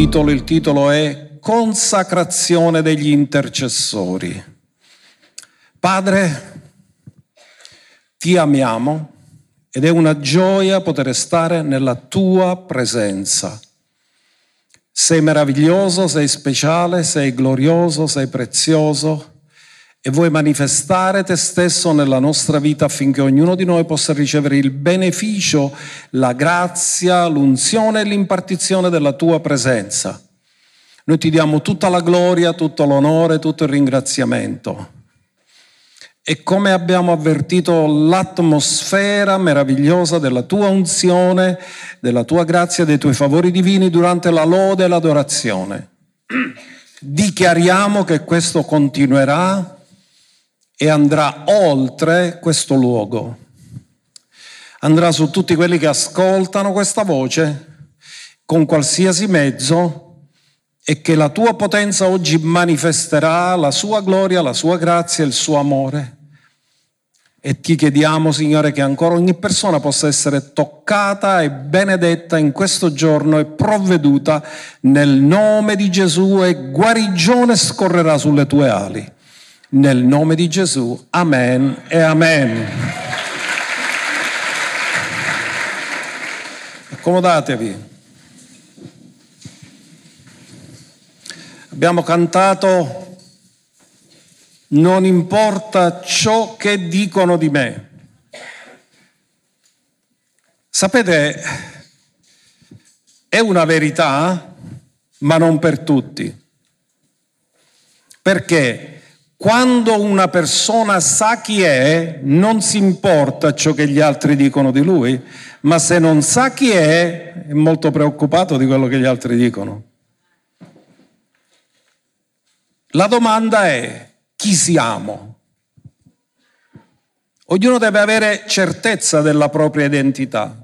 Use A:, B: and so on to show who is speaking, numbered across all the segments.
A: il titolo è Consacrazione degli intercessori. Padre, ti amiamo ed è una gioia poter stare nella tua presenza. Sei meraviglioso, sei speciale, sei glorioso, sei prezioso e vuoi manifestare te stesso nella nostra vita affinché ognuno di noi possa ricevere il beneficio, la grazia, l'unzione e l'impartizione della tua presenza. Noi ti diamo tutta la gloria, tutto l'onore, tutto il ringraziamento. E come abbiamo avvertito l'atmosfera meravigliosa della tua unzione, della tua grazia, dei tuoi favori divini durante la lode e l'adorazione. Dichiariamo che questo continuerà e andrà oltre questo luogo. Andrà su tutti quelli che ascoltano questa voce con qualsiasi mezzo e che la tua potenza oggi manifesterà la sua gloria, la sua grazia e il suo amore. E ti chiediamo, Signore, che ancora ogni persona possa essere toccata e benedetta in questo giorno e provveduta nel nome di Gesù, e guarigione scorrerà sulle tue ali. Nel nome di Gesù, amen e amen. Accomodatevi. Abbiamo cantato "Non importa ciò che dicono di me". Sapete, è una verità, ma non per tutti. Perché quando una persona sa chi è, non si importa ciò che gli altri dicono di lui, ma se non sa chi è molto preoccupato di quello che gli altri dicono. La domanda è: chi siamo? Ognuno deve avere certezza della propria identità.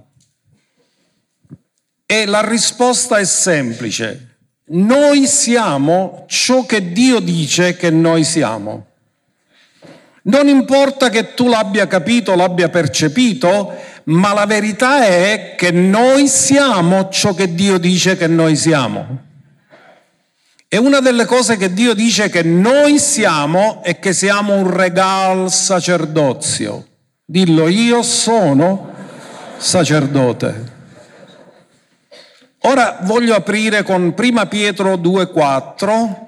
A: E la risposta è semplice. Noi siamo ciò che Dio dice che noi siamo. Non importa che tu l'abbia capito, l'abbia percepito, ma la verità è che noi siamo ciò che Dio dice che noi siamo. E una delle cose che Dio dice che noi siamo è che siamo un regal sacerdozio. Dillo: io sono sacerdote. Ora voglio aprire con 1 Pietro 2,4,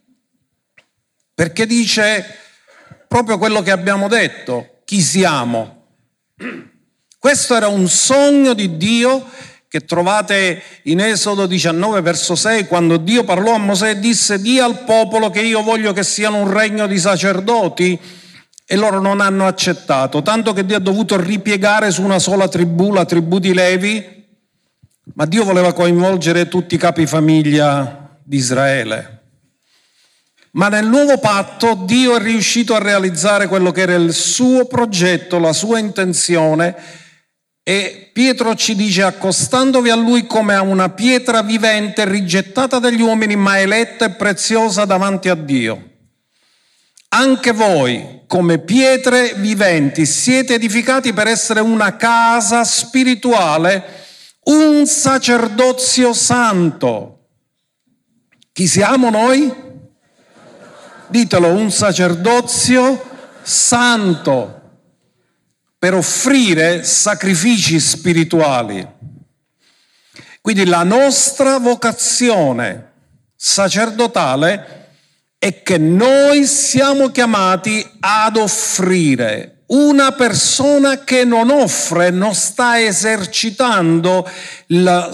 A: perché dice proprio quello che abbiamo detto: chi siamo? Questo era un sogno di Dio che trovate in Esodo 19 verso 6, quando Dio parlò a Mosè e disse: di al popolo che io voglio che siano un regno di sacerdoti, e loro non hanno accettato, tanto che Dio ha dovuto ripiegare su una sola tribù, la tribù di Levi, ma Dio voleva coinvolgere tutti i capifamiglia di Israele. Ma nel nuovo patto Dio è riuscito a realizzare quello che era il suo progetto, la sua intenzione, e Pietro ci dice: accostandovi a lui come a una pietra vivente, rigettata dagli uomini, ma eletta e preziosa davanti a Dio. Anche voi, come pietre viventi, siete edificati per essere una casa spirituale, un sacerdozio santo. Chi siamo noi? Ditelo: un sacerdozio santo, per offrire sacrifici spirituali. Quindi la nostra vocazione sacerdotale è che noi siamo chiamati ad offrire. Una persona che non offre non sta esercitando la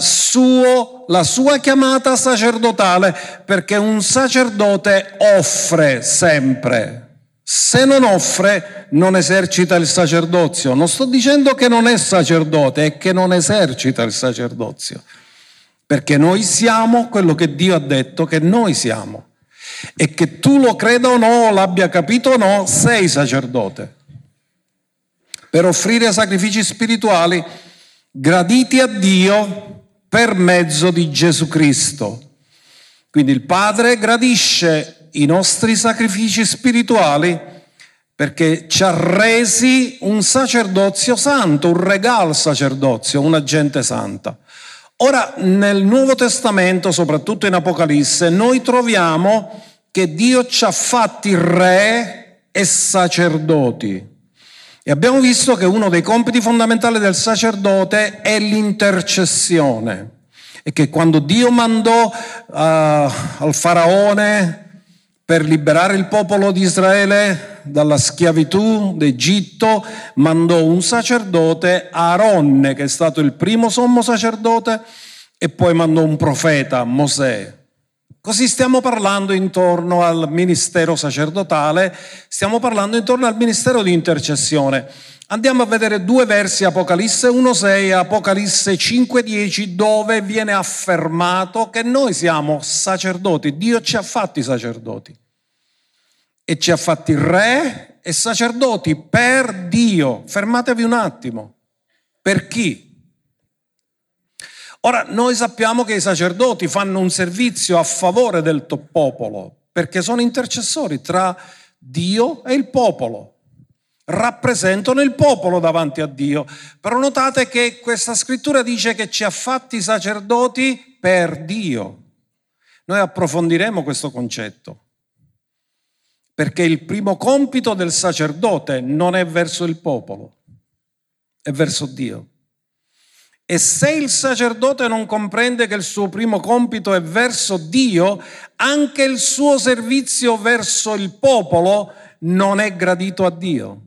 A: sua chiamata sacerdotale, perché un sacerdote offre sempre. Se non offre, non esercita il sacerdozio. Non sto dicendo che non è sacerdote, è che non esercita il sacerdozio. Perché noi siamo quello che Dio ha detto che noi siamo. E che tu lo creda o no, l'abbia capito o no, sei sacerdote. Per offrire sacrifici spirituali graditi a Dio per mezzo di Gesù Cristo. Quindi il Padre gradisce i nostri sacrifici spirituali perché ci ha resi un sacerdozio santo, un regal sacerdozio, una gente santa. Ora, nel Nuovo Testamento, soprattutto in Apocalisse, noi troviamo che Dio ci ha fatti re e sacerdoti. E abbiamo visto che uno dei compiti fondamentali del sacerdote è l'intercessione. E che quando Dio mandò al faraone per liberare il popolo di Israele dalla schiavitù d'Egitto, mandò un sacerdote, Aaronne, che è stato il primo sommo sacerdote, e poi mandò un profeta, Mosè. Così stiamo parlando intorno al ministero sacerdotale, stiamo parlando intorno al ministero di intercessione. Andiamo a vedere due versi, Apocalisse 1,6 e Apocalisse 5,10, dove viene affermato che noi siamo sacerdoti. Dio ci ha fatti sacerdoti e ci ha fatti re e sacerdoti per Dio. Fermatevi un attimo. Per chi? Ora, noi sappiamo che i sacerdoti fanno un servizio a favore del popolo, perché sono intercessori tra Dio e il popolo. Rappresentano il popolo davanti a Dio. Però notate che questa scrittura dice che ci ha fatti sacerdoti per Dio. Noi approfondiremo questo concetto, perché il primo compito del sacerdote non è verso il popolo, è verso Dio. E se il sacerdote non comprende che il suo primo compito è verso Dio, anche il suo servizio verso il popolo non è gradito a Dio.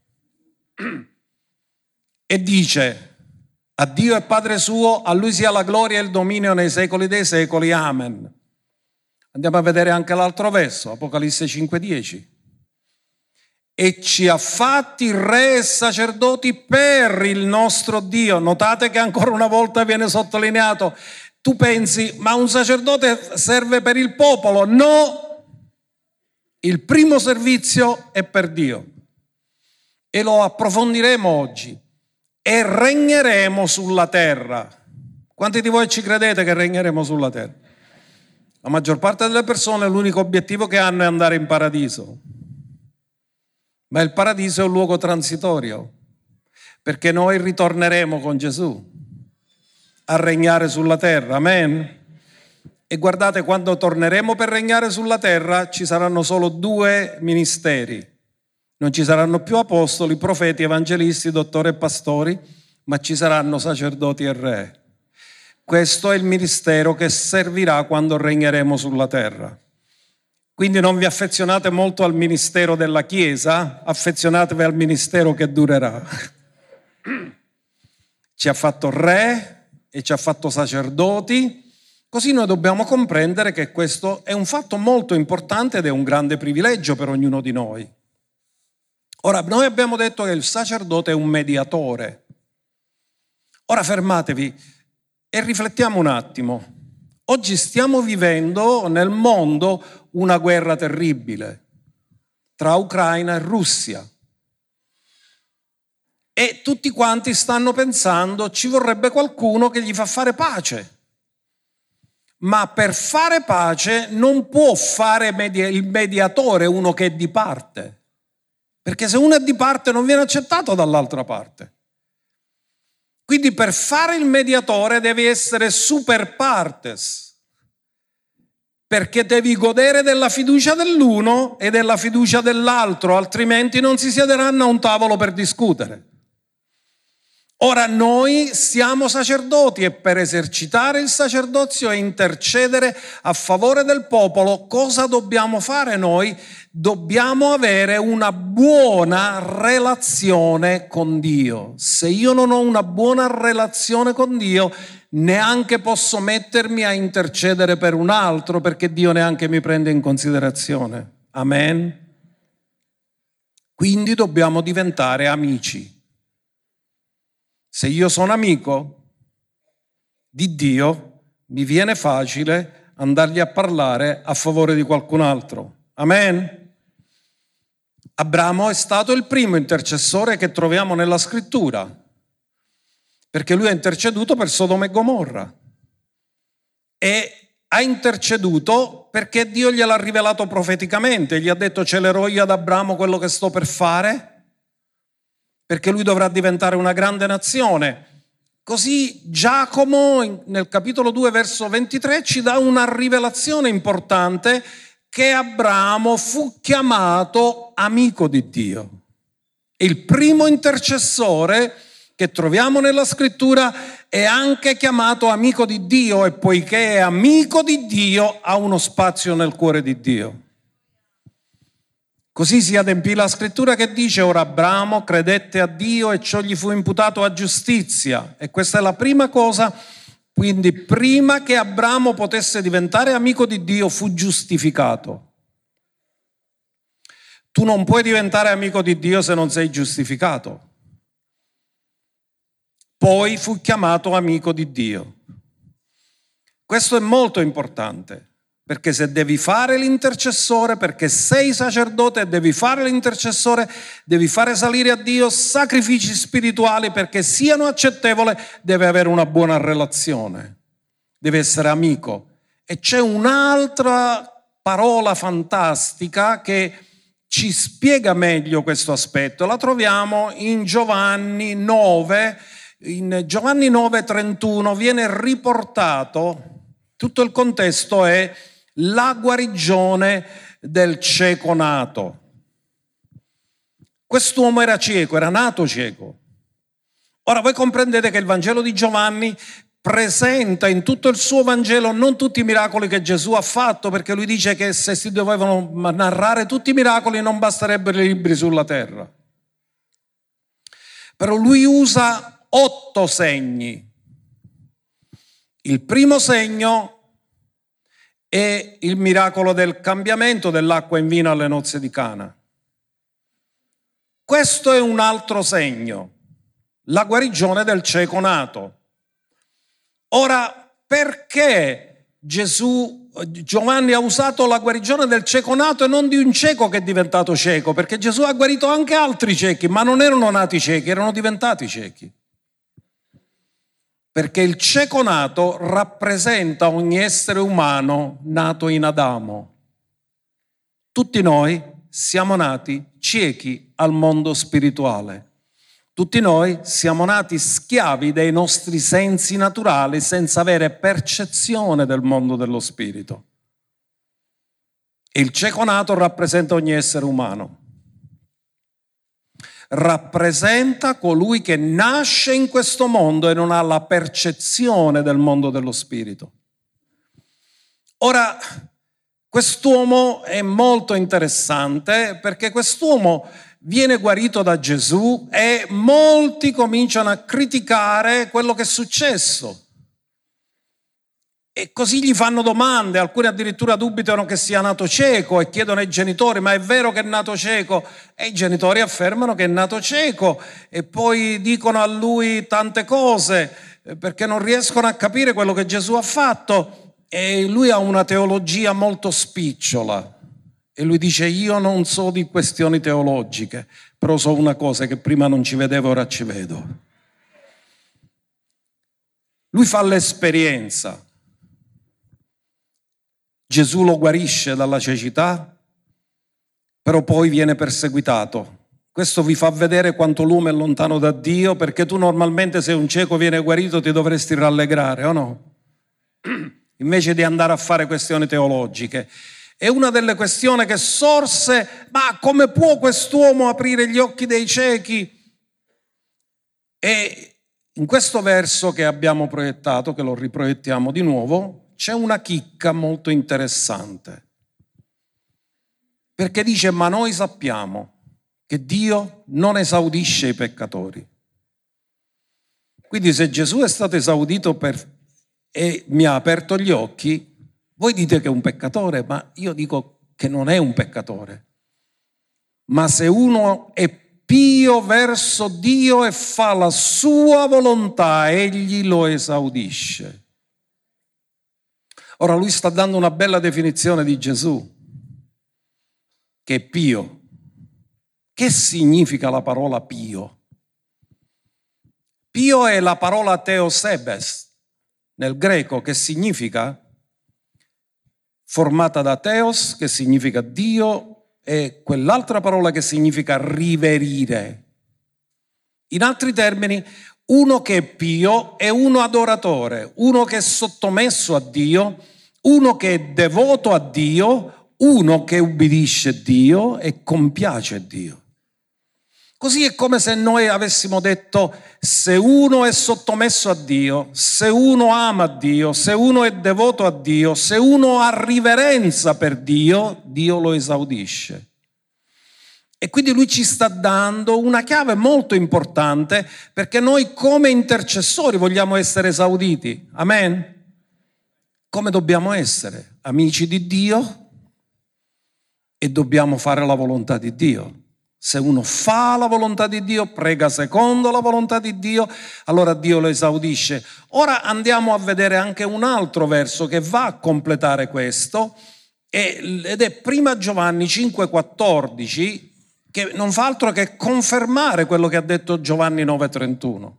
A: E dice: a Dio e Padre suo, a Lui sia la gloria e il dominio nei secoli dei secoli. Amen. Andiamo a vedere anche l'altro verso, Apocalisse 5,10. E ci ha fatti re e sacerdoti per il nostro Dio. Notate che ancora una volta viene sottolineato. Tu pensi, ma un sacerdote serve per il popolo? No, il primo servizio è per Dio. E lo approfondiremo oggi. E regneremo sulla terra. Quanti di voi ci credete che regneremo sulla terra? La maggior parte delle persone l'unico obiettivo che hanno è andare in paradiso. Ma il paradiso è un luogo transitorio, perché noi ritorneremo con Gesù a regnare sulla terra. Amen? E guardate, quando torneremo per regnare sulla terra ci saranno solo due ministeri. Non ci saranno più apostoli, profeti, evangelisti, dottori e pastori, ma ci saranno sacerdoti e re. Questo è il ministero che servirà quando regneremo sulla terra. Quindi non vi affezionate molto al ministero della Chiesa, affezionatevi al ministero che durerà. Ci ha fatto re e ci ha fatto sacerdoti, così noi dobbiamo comprendere che questo è un fatto molto importante ed è un grande privilegio per ognuno di noi. Ora, noi abbiamo detto che il sacerdote è un mediatore. Ora fermatevi e riflettiamo un attimo. Oggi stiamo vivendo nel mondo una guerra terribile tra Ucraina e Russia. E tutti quanti stanno pensando ci vorrebbe qualcuno che gli fa fare pace. Ma per fare pace non può fare il mediatore uno che è di parte. Perché se uno è di parte non viene accettato dall'altra parte. Quindi per fare il mediatore devi essere super partes, perché devi godere della fiducia dell'uno e della fiducia dell'altro, altrimenti non si siederanno a un tavolo per discutere. Ora noi siamo sacerdoti e per esercitare il sacerdozio e intercedere a favore del popolo, cosa dobbiamo fare noi? Dobbiamo avere una buona relazione con Dio. Se io non ho una buona relazione con Dio, neanche posso mettermi a intercedere per un altro, perché Dio neanche mi prende in considerazione. Amen? Quindi dobbiamo diventare amici. Se io sono amico di Dio, mi viene facile andargli a parlare a favore di qualcun altro. Amen? Abramo è stato il primo intercessore che troviamo nella scrittura, perché lui ha interceduto per Sodoma e Gomorra e ha interceduto perché Dio gliel'ha rivelato profeticamente, gli ha detto: celerò io ad Abramo quello che sto per fare, perché lui dovrà diventare una grande nazione. Così Giacomo nel capitolo 2 verso 23 ci dà una rivelazione importante che Abramo fu chiamato amico di Dio. Il primo intercessore che troviamo nella scrittura è anche chiamato amico di Dio e poiché è amico di Dio ha uno spazio nel cuore di Dio. Così si adempì la scrittura che dice: ora Abramo credette a Dio e ciò gli fu imputato a giustizia. E questa è la prima cosa. Quindi prima che Abramo potesse diventare amico di Dio fu giustificato. Tu non puoi diventare amico di Dio se non sei giustificato. Poi fu chiamato amico di Dio. Questo è molto importante. Perché se devi fare l'intercessore, perché sei sacerdote e devi fare l'intercessore, devi fare salire a Dio sacrifici spirituali perché siano accettevoli, deve avere una buona relazione, deve essere amico. E c'è un'altra parola fantastica che ci spiega meglio questo aspetto. La troviamo in Giovanni 9, in Giovanni 9:31 viene riportato, tutto il contesto è la guarigione del cieco nato. Quest'uomo era cieco, era nato cieco. Ora voi comprendete che il Vangelo di Giovanni presenta in tutto il suo Vangelo non tutti i miracoli che Gesù ha fatto, perché lui dice che se si dovevano narrare tutti i miracoli non basterebbero i libri sulla terra. Però lui usa 8 segni. Il primo segno è il miracolo del cambiamento dell'acqua in vino alle nozze di Cana. Questo è un altro segno, la guarigione del cieco nato. Ora, perché Giovanni ha usato la guarigione del cieco nato e non di un cieco che è diventato cieco? Perché Gesù ha guarito anche altri ciechi, ma non erano nati ciechi, erano diventati ciechi. Perché il cieco nato rappresenta ogni essere umano nato in Adamo. Tutti noi siamo nati ciechi al mondo spirituale. Tutti noi siamo nati schiavi dei nostri sensi naturali senza avere percezione del mondo dello spirito. E il cieco nato rappresenta ogni essere umano. Rappresenta colui che nasce in questo mondo e non ha la percezione del mondo dello spirito. Ora, quest'uomo è molto interessante perché quest'uomo viene guarito da Gesù e molti cominciano a criticare quello che è successo. E così gli fanno domande, alcuni addirittura dubitano che sia nato cieco e chiedono ai genitori: ma è vero che è nato cieco? E i genitori affermano che è nato cieco e poi dicono a lui tante cose perché non riescono a capire quello che Gesù ha fatto, e lui ha una teologia molto spicciola e lui dice: io non so di questioni teologiche, però so una cosa, che prima non ci vedevo, ora ci vedo. Lui fa l'esperienza. Gesù lo guarisce dalla cecità, però poi viene perseguitato. Questo vi fa vedere quanto l'uomo è lontano da Dio, perché tu normalmente se un cieco viene guarito ti dovresti rallegrare, o no? Invece di andare a fare questioni teologiche. È una delle questioni che sorse: ma come può quest'uomo aprire gli occhi dei ciechi? E in questo verso che abbiamo proiettato, che lo riproiettiamo di nuovo, c'è una chicca molto interessante, perché dice: ma noi sappiamo che Dio non esaudisce i peccatori. Quindi se Gesù è stato esaudito e mi ha aperto gli occhi, voi dite che è un peccatore, ma io dico che non è un peccatore. Ma se uno è pio verso Dio e fa la sua volontà, egli lo esaudisce. Ora lui sta dando una bella definizione di Gesù, che è pio. Che significa la parola pio? Pio è la parola theosebes nel greco, che significa, formata da theos, che significa Dio, e quell'altra parola che significa riverire. In altri termini, uno che è pio e uno adoratore, uno che è sottomesso a Dio, uno che è devoto a Dio, uno che ubbidisce Dio e compiace Dio. Così è come se noi avessimo detto: se uno è sottomesso a Dio, se uno ama Dio, se uno è devoto a Dio, se uno ha riverenza per Dio, Dio lo esaudisce. E quindi lui ci sta dando una chiave molto importante, perché noi come intercessori vogliamo essere esauditi. Amen? Come dobbiamo essere? Amici di Dio, e dobbiamo fare la volontà di Dio. Se uno fa la volontà di Dio, prega secondo la volontà di Dio, allora Dio lo esaudisce. Ora andiamo a vedere anche un altro verso che va a completare questo, ed è prima Giovanni 5,14, che non fa altro che confermare quello che ha detto Giovanni 9,31.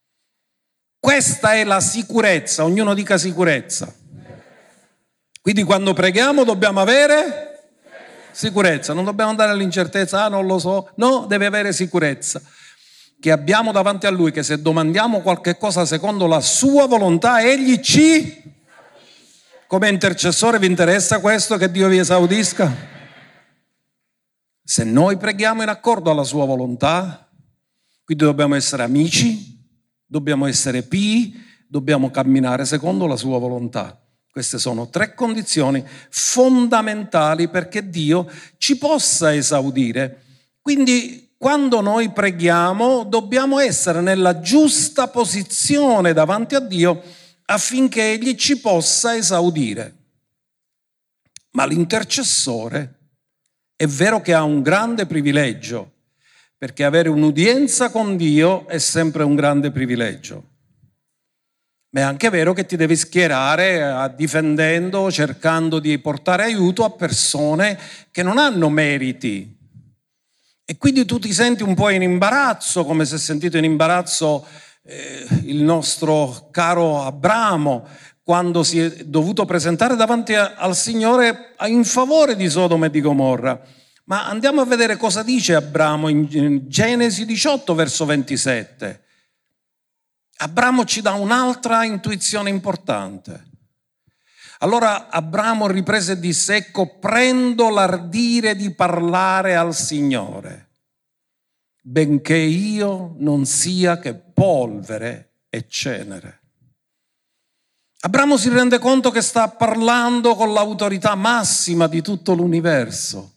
A: Questa è la sicurezza, ognuno dica sicurezza. Quindi quando preghiamo dobbiamo avere sicurezza, non dobbiamo andare all'incertezza, non lo so, no, deve avere sicurezza, che abbiamo davanti a Lui, che se domandiamo qualche cosa secondo la Sua volontà, Egli ci... Come intercessore vi interessa questo, che Dio vi esaudisca? Se noi preghiamo in accordo alla Sua volontà, quindi dobbiamo essere amici, dobbiamo essere pii, dobbiamo camminare secondo la Sua volontà. Queste sono 3 condizioni fondamentali perché Dio ci possa esaudire. Quindi quando noi preghiamo dobbiamo essere nella giusta posizione davanti a Dio affinché Egli ci possa esaudire. Ma l'intercessore è vero che ha un grande privilegio, perché avere un'udienza con Dio è sempre un grande privilegio. Ma è anche vero che ti devi schierare difendendo, cercando di portare aiuto a persone che non hanno meriti. E quindi tu ti senti un po' in imbarazzo, come si è sentito in imbarazzo il nostro caro Abramo, quando si è dovuto presentare davanti al Signore in favore di Sodoma e di Gomorra. Ma andiamo a vedere cosa dice Abramo in Genesi 18, verso 27. Abramo ci dà un'altra intuizione importante. Allora Abramo riprese e disse: ecco, prendo l'ardire di parlare al Signore, benché io non sia che polvere e cenere. Abramo si rende conto che sta parlando con l'autorità massima di tutto l'universo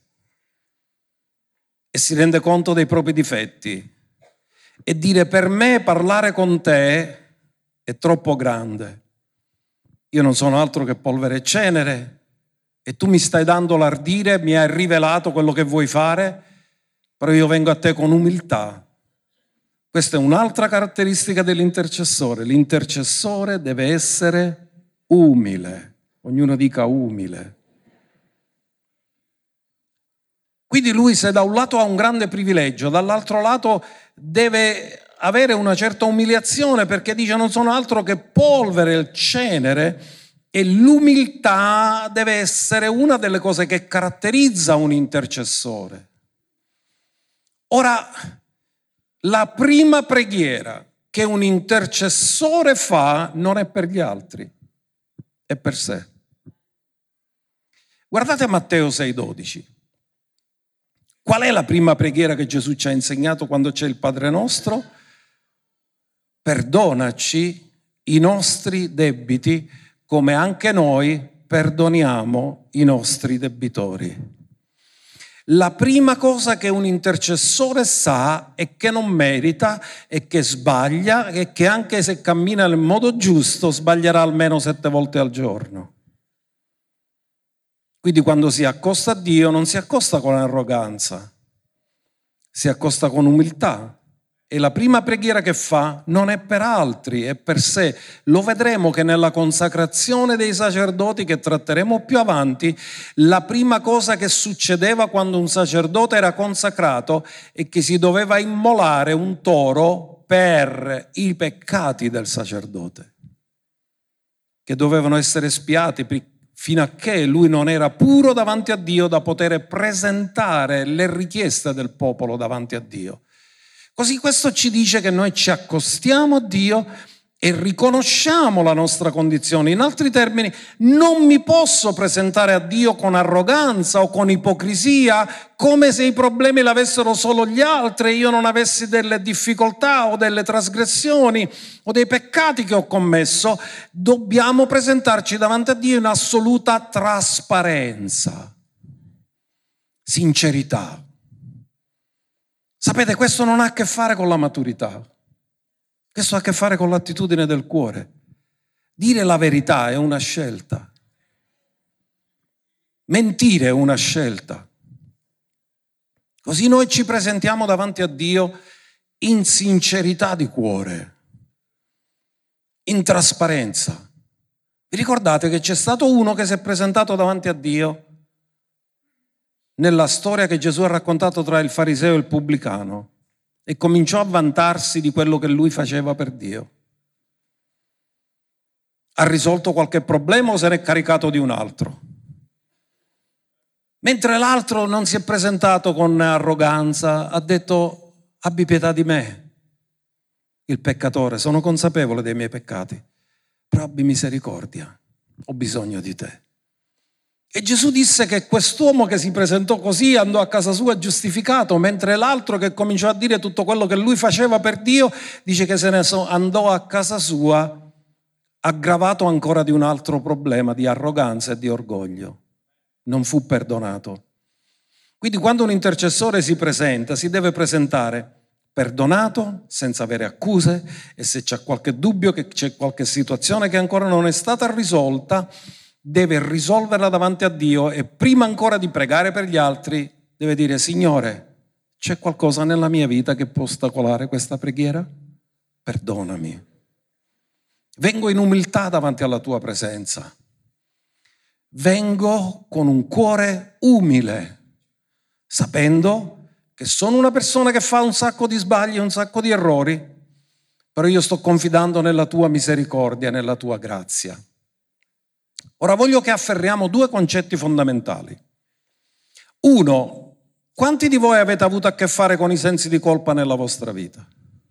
A: e si rende conto dei propri difetti. E dire: per me parlare con te è troppo grande. Io non sono altro che polvere e cenere e tu mi stai dando l'ardire, mi hai rivelato quello che vuoi fare, però io vengo a te con umiltà. Questa è un'altra caratteristica dell'intercessore. L'intercessore deve essere umile. Ognuno dica umile. Quindi lui, se da un lato ha un grande privilegio, dall'altro lato deve avere una certa umiliazione, perché dice: non sono altro che polvere e cenere, e l'umiltà deve essere una delle cose che caratterizza un intercessore. Ora, la prima preghiera che un intercessore fa non è per gli altri, è per sé. Guardate Matteo 6,12. Qual è la prima preghiera che Gesù ci ha insegnato quando c'è il Padre nostro? Perdonaci i nostri debiti come anche noi perdoniamo i nostri debitori. La prima cosa che un intercessore sa è che non merita e che sbaglia, e che anche se cammina nel modo giusto sbaglierà almeno 7 volte al giorno. Quindi quando si accosta a Dio non si accosta con arroganza, si accosta con umiltà. E la prima preghiera che fa non è per altri, è per sé. Lo vedremo che nella consacrazione dei sacerdoti, che tratteremo più avanti, la prima cosa che succedeva quando un sacerdote era consacrato è che si doveva immolare un toro per i peccati del sacerdote, che dovevano essere espiati fino a che lui non era puro davanti a Dio da poter presentare le richieste del popolo davanti a Dio. Così questo ci dice che noi ci accostiamo a Dio e riconosciamo la nostra condizione. In altri termini, non mi posso presentare a Dio con arroganza o con ipocrisia, come se i problemi l'avessero solo gli altri e io non avessi delle difficoltà o delle trasgressioni o dei peccati che ho commesso. Dobbiamo presentarci davanti a Dio in assoluta trasparenza, sincerità. Sapete, questo non ha a che fare con la maturità. Questo ha a che fare con l'attitudine del cuore. Dire la verità è una scelta. Mentire è una scelta. Così noi ci presentiamo davanti a Dio in sincerità di cuore, in trasparenza. Vi ricordate che c'è stato uno che si è presentato davanti a Dio nella storia che Gesù ha raccontato tra il fariseo e il pubblicano? E cominciò a vantarsi di quello che lui faceva per Dio. Ha risolto qualche problema o se n'è caricato di un altro? Mentre l'altro non si è presentato con arroganza, ha detto: abbi pietà di me, il peccatore, sono consapevole dei miei peccati, però abbi misericordia, ho bisogno di te. E Gesù disse che quest'uomo che si presentò così andò a casa sua giustificato, mentre l'altro che cominciò a dire tutto quello che lui faceva per Dio, dice che andò a casa sua aggravato ancora di un altro problema di arroganza e di orgoglio. Non fu perdonato. Quindi quando un intercessore si presenta, si deve presentare perdonato, senza avere accuse, e se c'è qualche dubbio, che c'è qualche situazione che ancora non è stata risolta, deve risolverla davanti a Dio e prima ancora di pregare per gli altri deve dire: Signore, c'è qualcosa nella mia vita che può ostacolare questa preghiera? Perdonami. Vengo in umiltà davanti alla tua presenza. Vengo con un cuore umile, sapendo che sono una persona che fa un sacco di sbagli, un sacco di errori, però io sto confidando nella tua misericordia, nella tua grazia. Ora voglio che afferriamo due concetti fondamentali. Uno, quanti di voi avete avuto a che fare con i sensi di colpa nella vostra vita?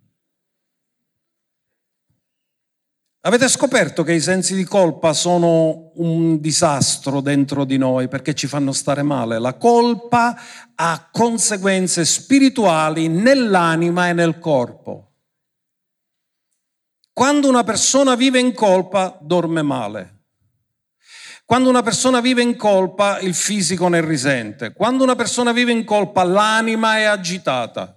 A: Avete scoperto che i sensi di colpa sono un disastro dentro di noi perché ci fanno stare male? La colpa ha conseguenze spirituali nell'anima e nel corpo. Quando una persona vive in colpa, dorme male. Quando una persona vive in colpa, il fisico ne risente. Quando una persona vive in colpa, l'anima è agitata.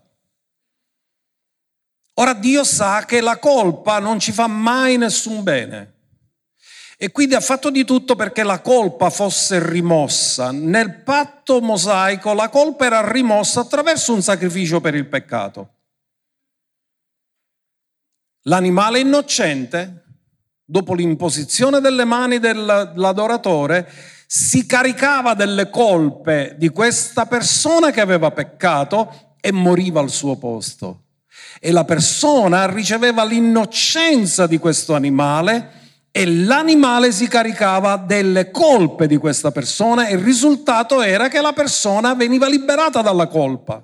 A: Ora Dio sa che la colpa non ci fa mai nessun bene. E quindi ha fatto di tutto perché la colpa fosse rimossa. Nel patto mosaico la colpa era rimossa attraverso un sacrificio per il peccato. L'animale innocente, dopo l'imposizione delle mani dell'adoratore, si caricava delle colpe di questa persona che aveva peccato e moriva al suo posto. E la persona riceveva l'innocenza di questo animale e l'animale si caricava delle colpe di questa persona e il risultato era che la persona veniva liberata dalla colpa.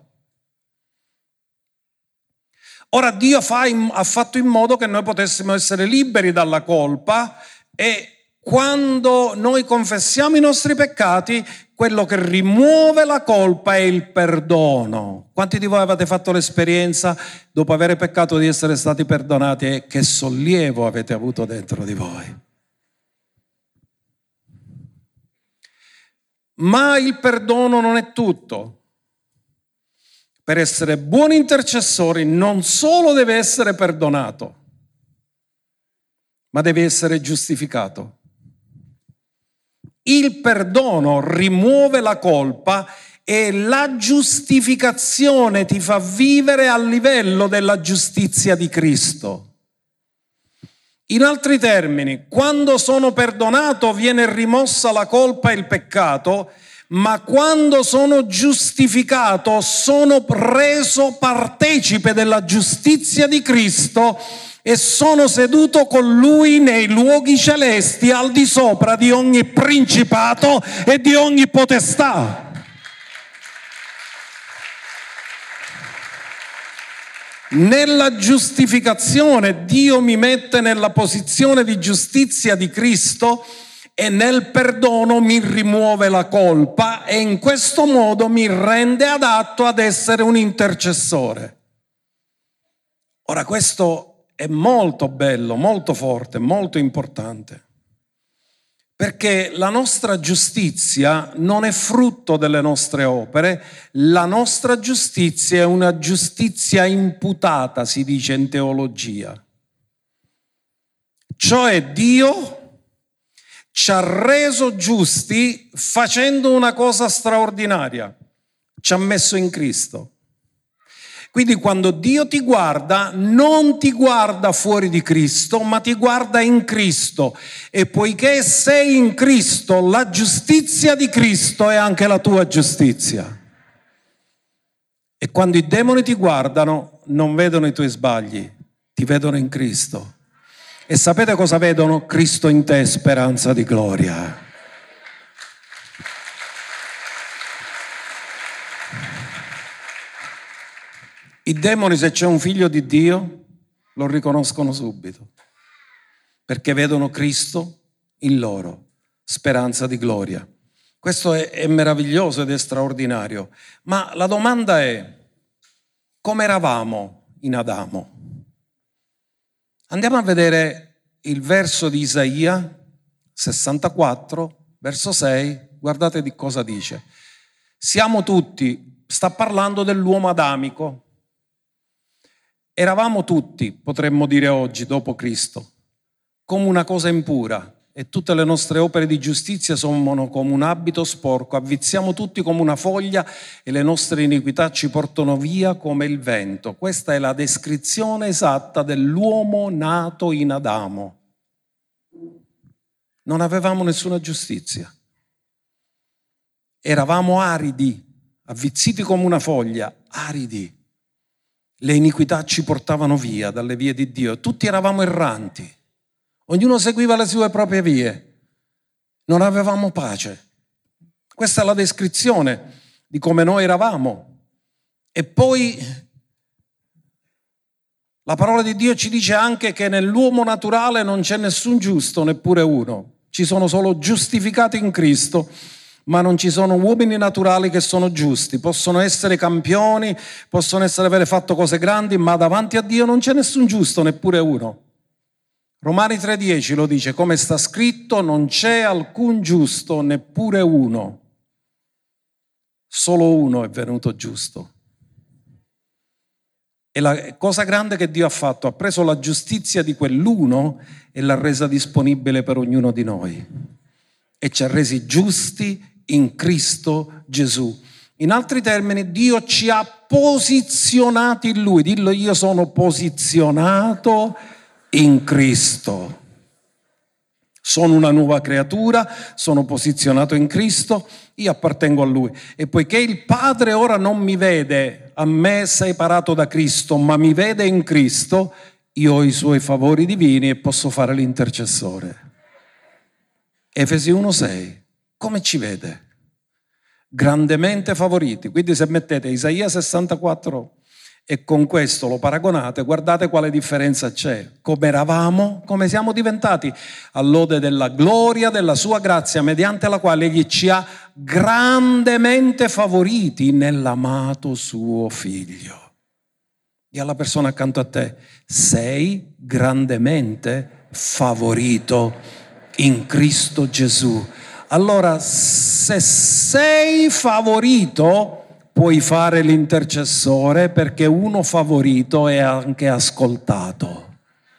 A: Ora Dio ha fatto in modo che noi potessimo essere liberi dalla colpa e quando noi confessiamo i nostri peccati, quello che rimuove la colpa è il perdono. Quanti di voi avete fatto l'esperienza, dopo aver peccato, di essere stati perdonati e che sollievo avete avuto dentro di voi? Ma il perdono non è tutto. Per essere buoni intercessori non solo deve essere perdonato, ma deve essere giustificato. Il perdono rimuove la colpa e la giustificazione ti fa vivere a livello della giustizia di Cristo. In altri termini, quando sono perdonato viene rimossa la colpa e il peccato, ma quando sono giustificato sono reso partecipe della giustizia di Cristo e sono seduto con Lui nei luoghi celesti al di sopra di ogni principato e di ogni potestà. Nella giustificazione Dio mi mette nella posizione di giustizia di Cristo e nel perdono mi rimuove la colpa e in questo modo mi rende adatto ad essere un intercessore. Ora questo è molto bello, molto forte, molto importante, perché la nostra giustizia non è frutto delle nostre opere, la nostra giustizia è una giustizia imputata, si dice in teologia. Cioè Dio ci ha reso giusti facendo una cosa straordinaria, ci ha messo in Cristo. Quindi quando Dio ti guarda, non ti guarda fuori di Cristo, ma ti guarda in Cristo. E poiché sei in Cristo, la giustizia di Cristo è anche la tua giustizia. E quando i demoni ti guardano, non vedono i tuoi sbagli, ti vedono in Cristo. E sapete cosa vedono? Cristo in te, speranza di gloria. I demoni, se c'è un figlio di Dio, lo riconoscono subito, perché vedono Cristo in loro, speranza di gloria. Questo è meraviglioso ed è straordinario. Ma la domanda è, come eravamo in Adamo? Andiamo a vedere il verso di Isaia 64, verso 6, guardate di cosa dice. Siamo tutti, sta parlando dell'uomo adamico. Eravamo tutti, potremmo dire oggi, dopo Cristo, come una cosa impura e tutte le nostre opere di giustizia sono come un abito sporco, avvizziamo tutti come una foglia e le nostre iniquità ci portano via come il vento. Questa è la descrizione esatta dell'uomo nato in Adamo. Non avevamo nessuna giustizia. Eravamo aridi, avvizziti come una foglia, aridi. Le iniquità ci portavano via dalle vie di Dio. Tutti eravamo erranti. Ognuno seguiva le sue proprie vie. Non avevamo pace. Questa è la descrizione di come noi eravamo. E poi la parola di Dio ci dice anche che nell'uomo naturale non c'è nessun giusto, neppure uno. Ci sono solo giustificati in Cristo, ma non ci sono uomini naturali che sono giusti. Possono essere campioni, possono avere fatto cose grandi, ma davanti a Dio non c'è nessun giusto, neppure uno. Romani 3,10 lo dice, come sta scritto, non c'è alcun giusto, neppure uno. Solo uno è venuto giusto. E la cosa grande che Dio ha fatto, ha preso la giustizia di quell'uno e l'ha resa disponibile per ognuno di noi. E ci ha resi giusti in Cristo Gesù. In altri termini, Dio ci ha posizionati in Lui. Dillo, io sono posizionato in Cristo. Sono una nuova creatura, sono posizionato in Cristo, io appartengo a Lui. E poiché il Padre ora non mi vede a me separato da Cristo, ma mi vede in Cristo, io ho i Suoi favori divini e posso fare l'intercessore. Efesi 1,6. Come ci vede? Grandemente favoriti. Quindi se mettete Isaia 64 e con questo lo paragonate, guardate quale differenza c'è. Come eravamo, come siamo diventati, all'ode della gloria della sua grazia, mediante la quale egli ci ha grandemente favoriti nell'amato suo figlio. E alla persona accanto a te, sei grandemente favorito in Cristo Gesù. Allora, se sei favorito, puoi fare l'intercessore, perché uno favorito è anche ascoltato.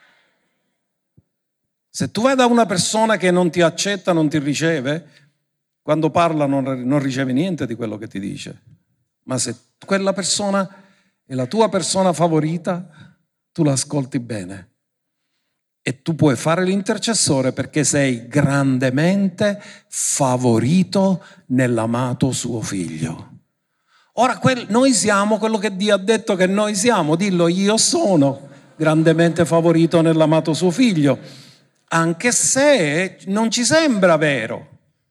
A: Se tu vai da una persona che non ti accetta, non ti riceve, quando parla non riceve niente di quello che ti dice. Ma se quella persona è la tua persona favorita, tu l'ascolti bene. E tu puoi fare l'intercessore perché sei grandemente favorito nell'amato suo figlio. Ora noi siamo quello che Dio ha detto che noi siamo. Dillo, io sono grandemente favorito nell'amato suo figlio, anche se non ci sembra vero.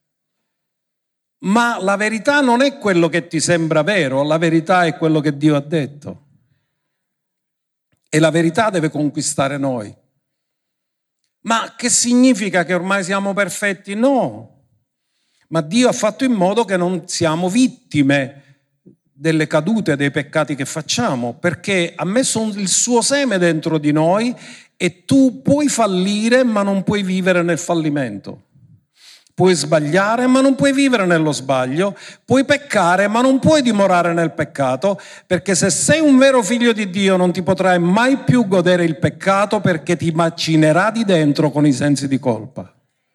A: Ma la verità non è quello che ti sembra vero, la verità è quello che Dio ha detto. e la verità deve conquistare noi. Ma che significa che ormai siamo perfetti? No, ma Dio ha fatto in modo che non siamo vittime delle cadute, dei peccati che facciamo, perché ha messo il suo seme dentro di noi e tu puoi fallire ma non puoi vivere nel fallimento. Puoi sbagliare ma non puoi vivere nello sbaglio, puoi peccare ma non puoi dimorare nel peccato, perché se sei un vero figlio di Dio non ti potrai mai più godere il peccato, perché ti macinerà di dentro con i sensi di colpa.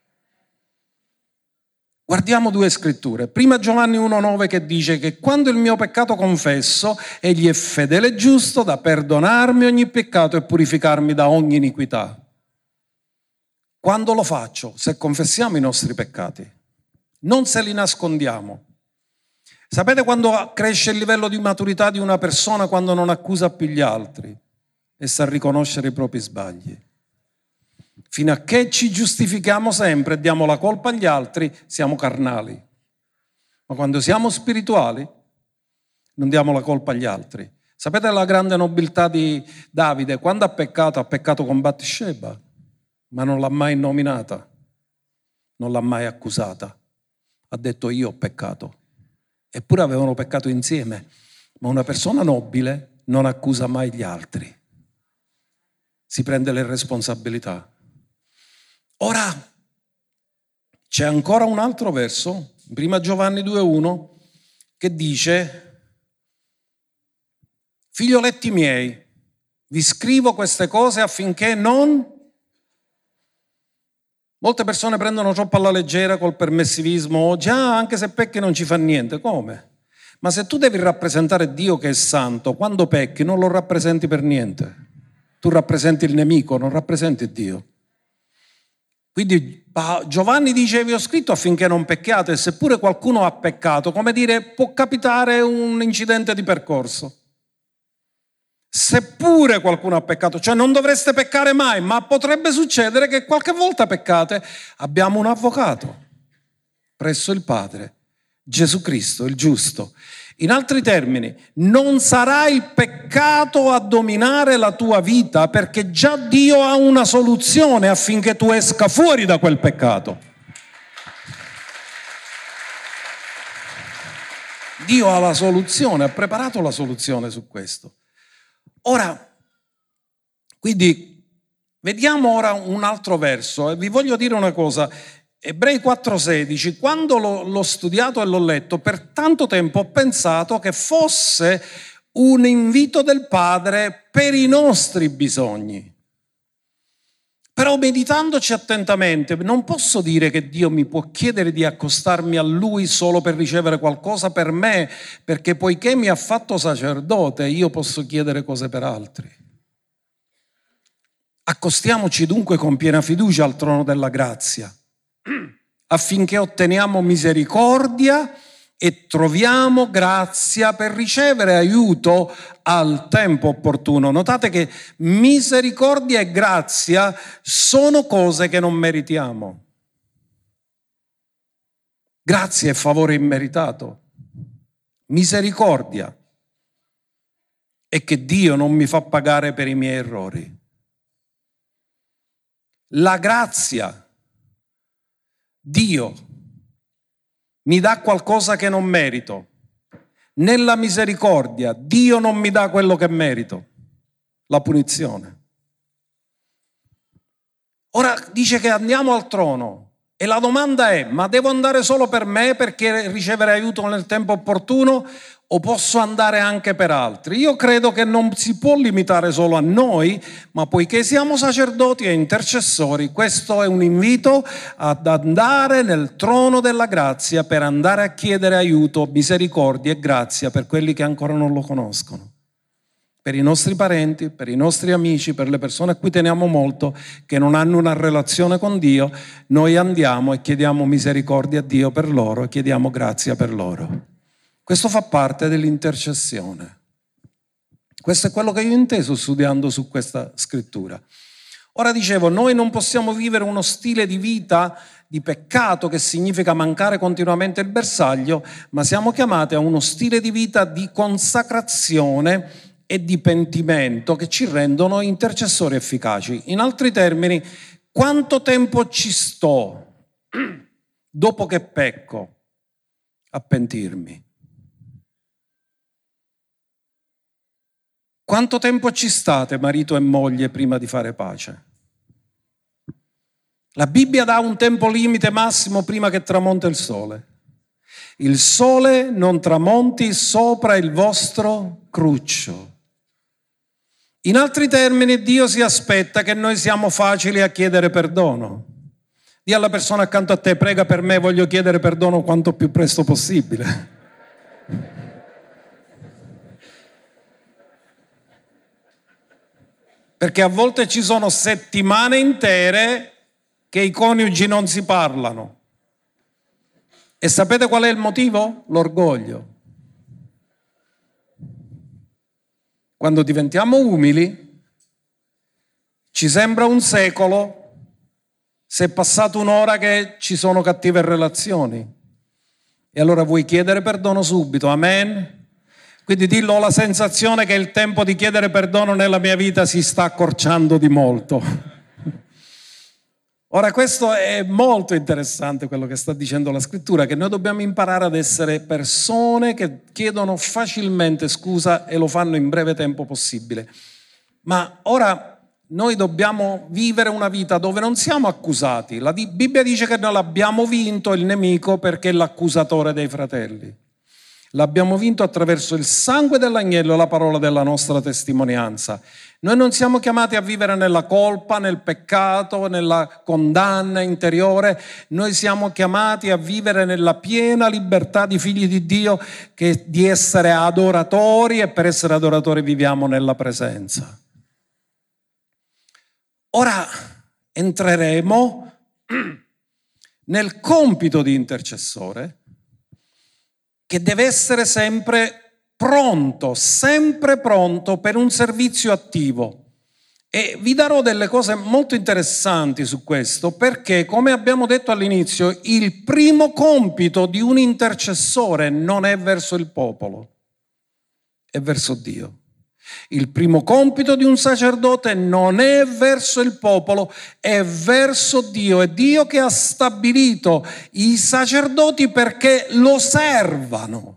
A: Guardiamo due scritture. Prima Giovanni 1,9 che dice che quando il mio peccato confesso, egli è fedele e giusto da perdonarmi ogni peccato e purificarmi da ogni iniquità. Quando lo faccio? Se confessiamo i nostri peccati, non se li nascondiamo. Sapete quando cresce il livello di maturità di una persona? Quando non accusa più gli altri e sa riconoscere i propri sbagli. Fino a che ci giustifichiamo sempre e diamo la colpa agli altri, siamo carnali. Ma quando siamo spirituali, non diamo la colpa agli altri. Sapete la grande nobiltà di Davide? Quando ha peccato con Bathsheba, ma non l'ha mai nominata, non l'ha mai accusata. Ha detto io ho peccato. Eppure avevano peccato insieme. Ma una persona nobile non accusa mai gli altri. Si prende le responsabilità. Ora, c'è ancora un altro verso, prima Giovanni 2,1, che dice: figlioletti miei, vi scrivo queste cose affinché non... Molte persone prendono troppo alla leggera col permissivismo oggi, anche se pecchi non ci fa niente. Come? Ma se tu devi rappresentare Dio che è santo, quando pecchi non lo rappresenti per niente. Tu rappresenti il nemico, non rappresenti Dio. Quindi Giovanni dice: vi ho scritto affinché non pecchiate, e seppure qualcuno ha peccato, come dire, può capitare un incidente di percorso. Seppure qualcuno ha peccato, cioè non dovreste peccare mai, ma potrebbe succedere che qualche volta peccate. Abbiamo un avvocato presso il Padre, Gesù Cristo, il giusto. In altri termini, non sarà il peccato a dominare la tua vita, perché già Dio ha una soluzione affinché tu esca fuori da quel peccato. Dio ha la soluzione, ha preparato la soluzione su questo. Ora, quindi, vediamo ora un altro verso. Vi voglio dire una cosa. Ebrei 4,16, quando l'ho studiato e l'ho letto, per tanto tempo ho pensato che fosse un invito del Padre per i nostri bisogni. Però meditandoci attentamente, non posso dire che Dio mi può chiedere di accostarmi a Lui solo per ricevere qualcosa per me, perché poiché mi ha fatto sacerdote, io posso chiedere cose per altri. Accostiamoci dunque con piena fiducia al trono della grazia, affinché otteniamo misericordia e troviamo grazia per ricevere aiuto al tempo opportuno. Notate che misericordia e grazia sono cose che non meritiamo. Grazia è favore immeritato. Misericordia è che Dio non mi fa pagare per i miei errori. La grazia, Dio mi dà qualcosa che non merito. Nella misericordia, Dio non mi dà quello che merito, la punizione. Ora dice che andiamo al trono e la domanda è: ma devo andare solo per me perché ricevere aiuto nel tempo opportuno, o posso andare anche per altri? Io credo che non si può limitare solo a noi, ma poiché siamo sacerdoti e intercessori, questo è un invito ad andare nel trono della grazia per andare a chiedere aiuto, misericordia e grazia per quelli che ancora non lo conoscono. Per i nostri parenti, per i nostri amici, per le persone a cui teniamo molto, che non hanno una relazione con Dio, noi andiamo e chiediamo misericordia a Dio per loro e chiediamo grazia per loro. Questo fa parte dell'intercessione. Questo è quello che io ho inteso studiando su questa scrittura. Ora dicevo, noi non possiamo vivere uno stile di vita di peccato, che significa mancare continuamente il bersaglio, ma siamo chiamati a uno stile di vita di consacrazione e di pentimento che ci rendono intercessori efficaci. In altri termini, quanto tempo ci sto dopo che pecco a pentirmi? Quanto tempo ci state, marito e moglie, prima di fare pace? La Bibbia dà un tempo limite massimo prima che tramonti il sole. Il sole non tramonti sopra il vostro cruccio. In altri termini, Dio si aspetta che noi siamo facili a chiedere perdono. Dì alla persona accanto a te: prega per me, voglio chiedere perdono quanto più presto possibile. Perché a volte ci sono settimane intere che i coniugi non si parlano. E sapete qual è il motivo? L'orgoglio. Quando diventiamo umili, ci sembra un secolo se è passata un'ora che ci sono cattive relazioni. E allora vuoi chiedere perdono subito, amen? Quindi dillo: ho la sensazione che il tempo di chiedere perdono nella mia vita si sta accorciando di molto. Ora, questo è molto interessante quello che sta dicendo la scrittura, che noi dobbiamo imparare ad essere persone che chiedono facilmente scusa e lo fanno in breve tempo possibile. Ma ora noi dobbiamo vivere una vita dove non siamo accusati. La Bibbia dice che noi l'abbiamo vinto il nemico perché è l'accusatore dei fratelli. L'abbiamo vinto attraverso il sangue dell'agnello e la parola della nostra testimonianza. Noi non siamo chiamati a vivere nella colpa, nel peccato, nella condanna interiore. Noi siamo chiamati a vivere nella piena libertà di figli di Dio, che di essere adoratori, e per essere adoratori viviamo nella presenza. Ora entreremo nel compito di intercessore, che deve essere sempre pronto per un servizio attivo. E vi darò delle cose molto interessanti su questo, perché, come abbiamo detto all'inizio, il primo compito di un intercessore non è verso il popolo, è verso Dio. Il primo compito di un sacerdote non è verso il popolo, è verso Dio. È Dio che ha stabilito i sacerdoti perché lo servano.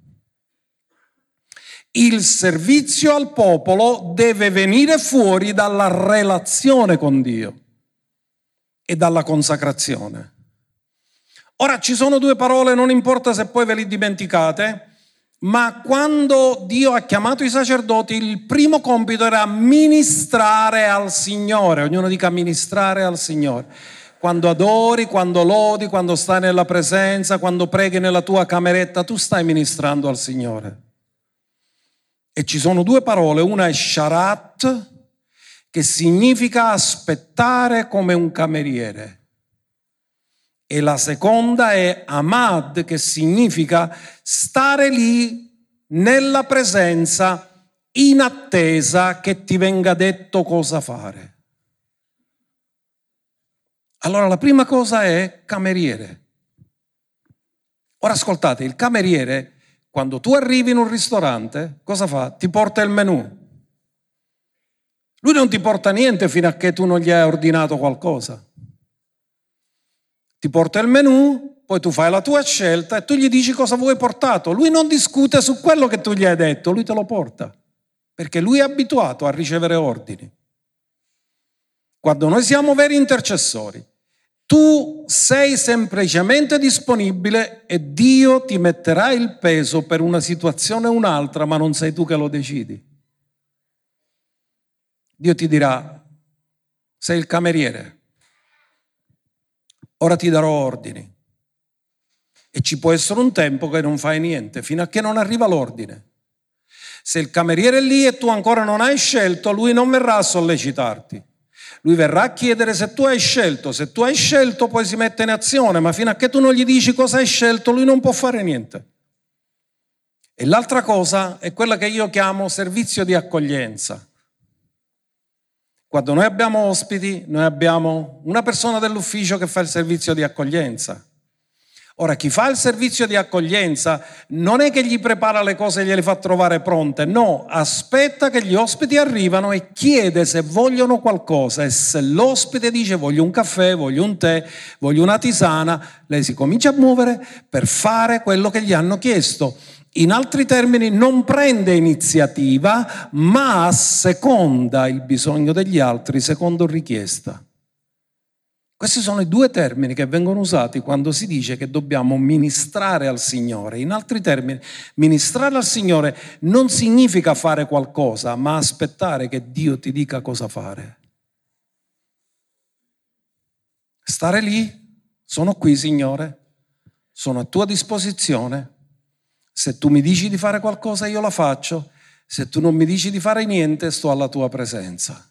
A: Il servizio al popolo deve venire fuori dalla relazione con Dio e dalla consacrazione. Ora, ci sono due parole, non importa se poi ve le dimenticate, ma quando Dio ha chiamato i sacerdoti, il primo compito era ministrare al Signore. Ognuno dica: ministrare al Signore. Quando adori, quando lodi, quando stai nella presenza, quando preghi nella tua cameretta, tu stai ministrando al Signore. E ci sono due parole, una è sharat, che significa aspettare come un cameriere, e la seconda è amad, che significa stare lì nella presenza in attesa che ti venga detto cosa fare. Allora, la prima cosa è cameriere. Ora ascoltate, il cameriere, quando tu arrivi in un ristorante, cosa fa? Ti porta il menù. Lui non ti porta niente fino a che tu non gli hai ordinato qualcosa. Ti porta il menù, poi tu fai la tua scelta e tu gli dici cosa vuoi portato. Lui non discute su quello che tu gli hai detto, lui te lo porta, perché lui è abituato a ricevere ordini. Quando noi siamo veri intercessori, tu sei semplicemente disponibile e Dio ti metterà il peso per una situazione o un'altra, ma non sei tu che lo decidi. Dio ti dirà: sei il cameriere, ora ti darò ordini. E ci può essere un tempo che non fai niente, fino a che non arriva l'ordine. Se il cameriere è lì e tu ancora non hai scelto, lui non verrà a sollecitarti. Lui verrà a chiedere se tu hai scelto. Se tu hai scelto, poi si mette in azione, ma fino a che tu non gli dici cosa hai scelto, lui non può fare niente. E l'altra cosa è quella che io chiamo servizio di accoglienza. Quando noi abbiamo ospiti, noi abbiamo una persona dell'ufficio che fa il servizio di accoglienza. Ora, chi fa il servizio di accoglienza non è che gli prepara le cose e gliele fa trovare pronte, no, aspetta che gli ospiti arrivano e chiede se vogliono qualcosa, e se l'ospite dice voglio un caffè, voglio un tè, voglio una tisana, lei si comincia a muovere per fare quello che gli hanno chiesto. In altri termini, non prende iniziativa, ma asseconda il bisogno degli altri secondo richiesta. Questi sono i due termini che vengono usati quando si dice che dobbiamo ministrare al Signore. In altri termini, ministrare al Signore non significa fare qualcosa, ma aspettare che Dio ti dica cosa fare. Stare lì, sono qui, Signore, sono a tua disposizione. Se tu mi dici di fare qualcosa, io la faccio. Se tu non mi dici di fare niente, sto alla tua presenza.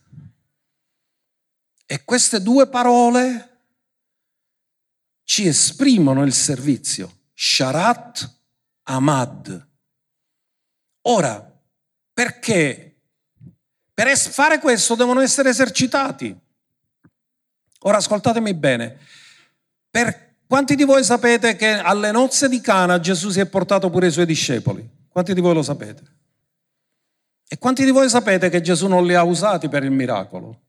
A: E queste due parole ci esprimono il servizio. Sharat Amad. Ora, perché? Per fare questo devono essere esercitati. Ora, ascoltatemi bene. Quanti di voi sapete che alle nozze di Cana Gesù si è portato pure i suoi discepoli? Quanti di voi lo sapete? E quanti di voi sapete che Gesù non li ha usati per il miracolo?